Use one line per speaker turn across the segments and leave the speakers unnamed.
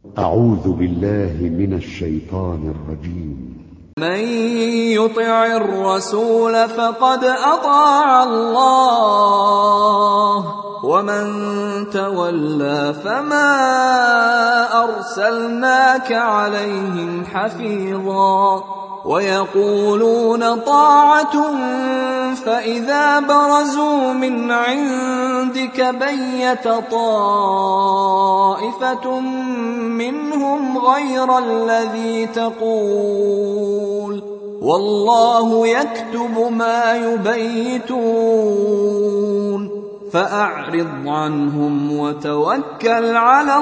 أعوذ بالله من الشيطان الرجيم.
من يطع الرسول فقد أطاع الله ومن تولى فما أرسلناك عليهم حفيظا ويقولون طاعة فإذا برزوا من عندك بيت طائفة منهم غير الذي تقول والله يكتب ما يبيتون فأعرض عنهم وتوكل على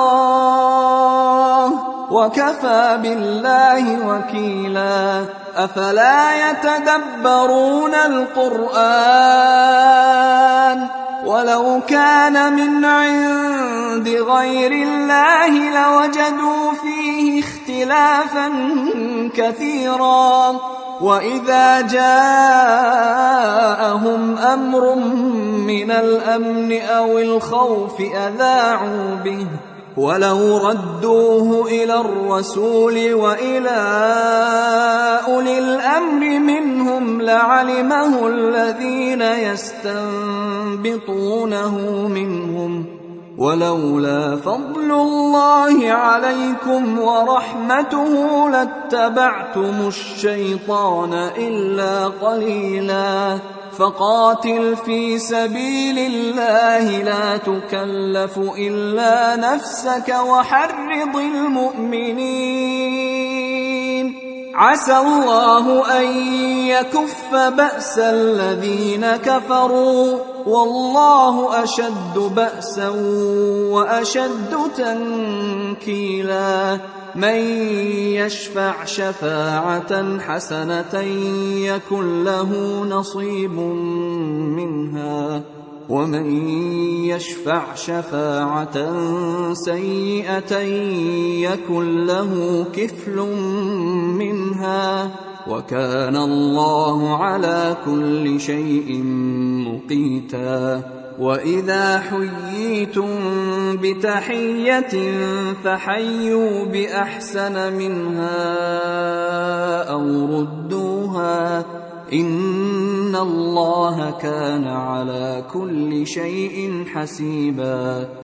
الله وكفى بالله وكيلا. أفلا يتدبرون القرآن ولو كان من عند غير الله لوجدوا فيه اختلافا كثيرا وإذا جاءهم أمر من الأمن أو الخوف أذاعوا به ولو ردوه إلى الرسول وإلى أولي الأمر منهم لعلمه الذين يستنبطونه منهم ولولا فضل الله عليكم ورحمته لاتبعتم الشيطان إلا قليلا. فقاتل في سبيل الله لا تكلف إلا نفسك وحرض المؤمنين عسى الله أن يكف بأس الذين كفروا والله أشد بأسا وأشد تنكيلا. من يشفع شفاعة حسنة يكن له نصيب منها ومن يشفع شفاعة سيئة يكن له كفل منها وكان الله على كل شيء مقيتا. وإذا حييتم بتحية فحيوا بأحسن منها أو ردوها إن الله كان على كل شيء حسيبا.